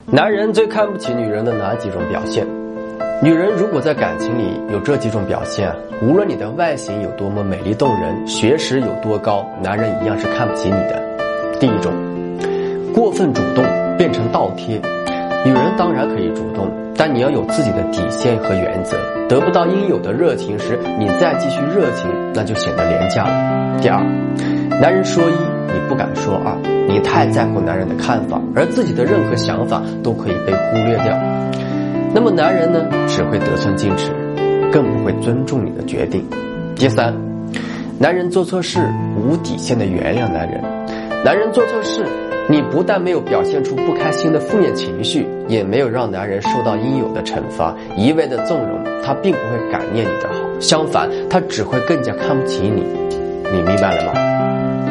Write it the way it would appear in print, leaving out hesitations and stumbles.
男人最看不起女人的哪几种表现？女人如果在感情里有这几种表现，无论你的外形有多么美丽动人，学识有多高，男人一样是看不起你的。第一种，过分主动变成倒贴。女人当然可以主动，但你要有自己的底线和原则，得不到应有的热情时，你再继续热情，那就显得廉价了。第二，男人说一，你不敢说二，你太在乎男人的看法，而自己的任何想法都可以被忽略掉。那么男人呢，只会得寸进尺，更不会尊重你的决定。第三，男人做错事无底线的原谅男人。男人做错事，你不但没有表现出不开心的负面情绪，也没有让男人受到应有的惩罚，一味的纵容，他并不会感念你的好，相反，他只会更加看不起你。你明白了吗？